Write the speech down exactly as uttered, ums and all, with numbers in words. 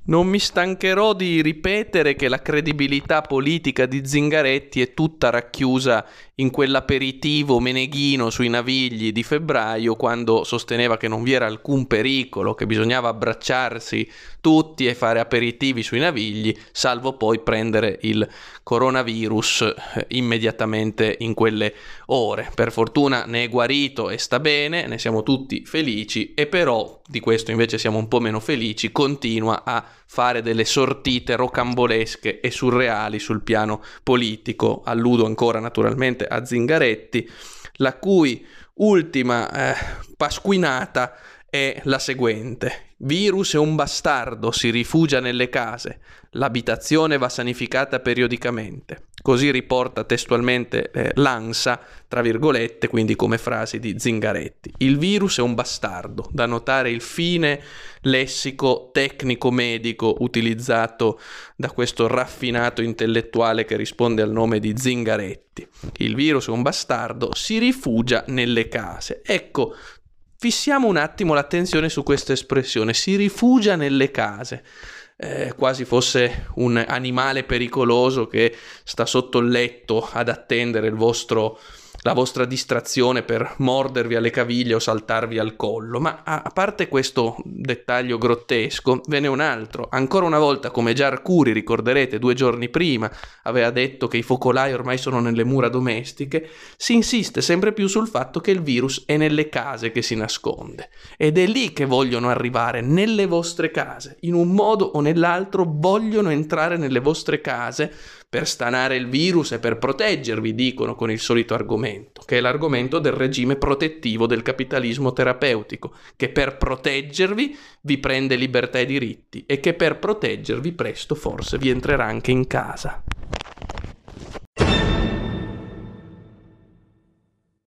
Non mi stancherò di ripetere che la credibilità politica di Zingaretti è tutta racchiusa in quell'aperitivo meneghino sui Navigli di febbraio, quando sosteneva che non vi era alcun pericolo, che bisognava abbracciarsi tutti e fare aperitivi sui Navigli, salvo poi prendere il coronavirus eh, immediatamente in quelle ore. Per fortuna ne è guarito e sta bene, ne siamo tutti felici, e però, di questo invece siamo un po' meno felici, continua a fare delle sortite rocambolesche e surreali sul piano politico. Alludo ancora naturalmente a Zingaretti, la cui ultima eh, pasquinata è la seguente: virus è un bastardo, si rifugia nelle case, l'abitazione va sanificata periodicamente. Così riporta testualmente eh, l'ANSA, tra virgolette, quindi come frasi di Zingaretti. Il virus è un bastardo, da notare il fine lessico tecnico-medico utilizzato da questo raffinato intellettuale che risponde al nome di Zingaretti. Il virus è un bastardo, si rifugia nelle case. Ecco, fissiamo un attimo l'attenzione su questa espressione, si rifugia nelle case. Eh, quasi fosse un animale pericoloso che sta sotto il letto ad attendere il vostro, la vostra distrazione per mordervi alle caviglie o saltarvi al collo. Ma a, a parte questo dettaglio grottesco, ve n'è un altro. Ancora una volta, come già Arcuri, ricorderete, due giorni prima aveva detto che i focolai ormai sono nelle mura domestiche, si insiste sempre più sul fatto che il virus è nelle case che si nasconde. Ed è lì che vogliono arrivare, nelle vostre case. In un modo o nell'altro vogliono entrare nelle vostre case per stanare il virus e per proteggervi, dicono con il solito argomento, che è l'argomento del regime protettivo del capitalismo terapeutico, che per proteggervi vi prende libertà e diritti e che per proteggervi presto forse vi entrerà anche in casa.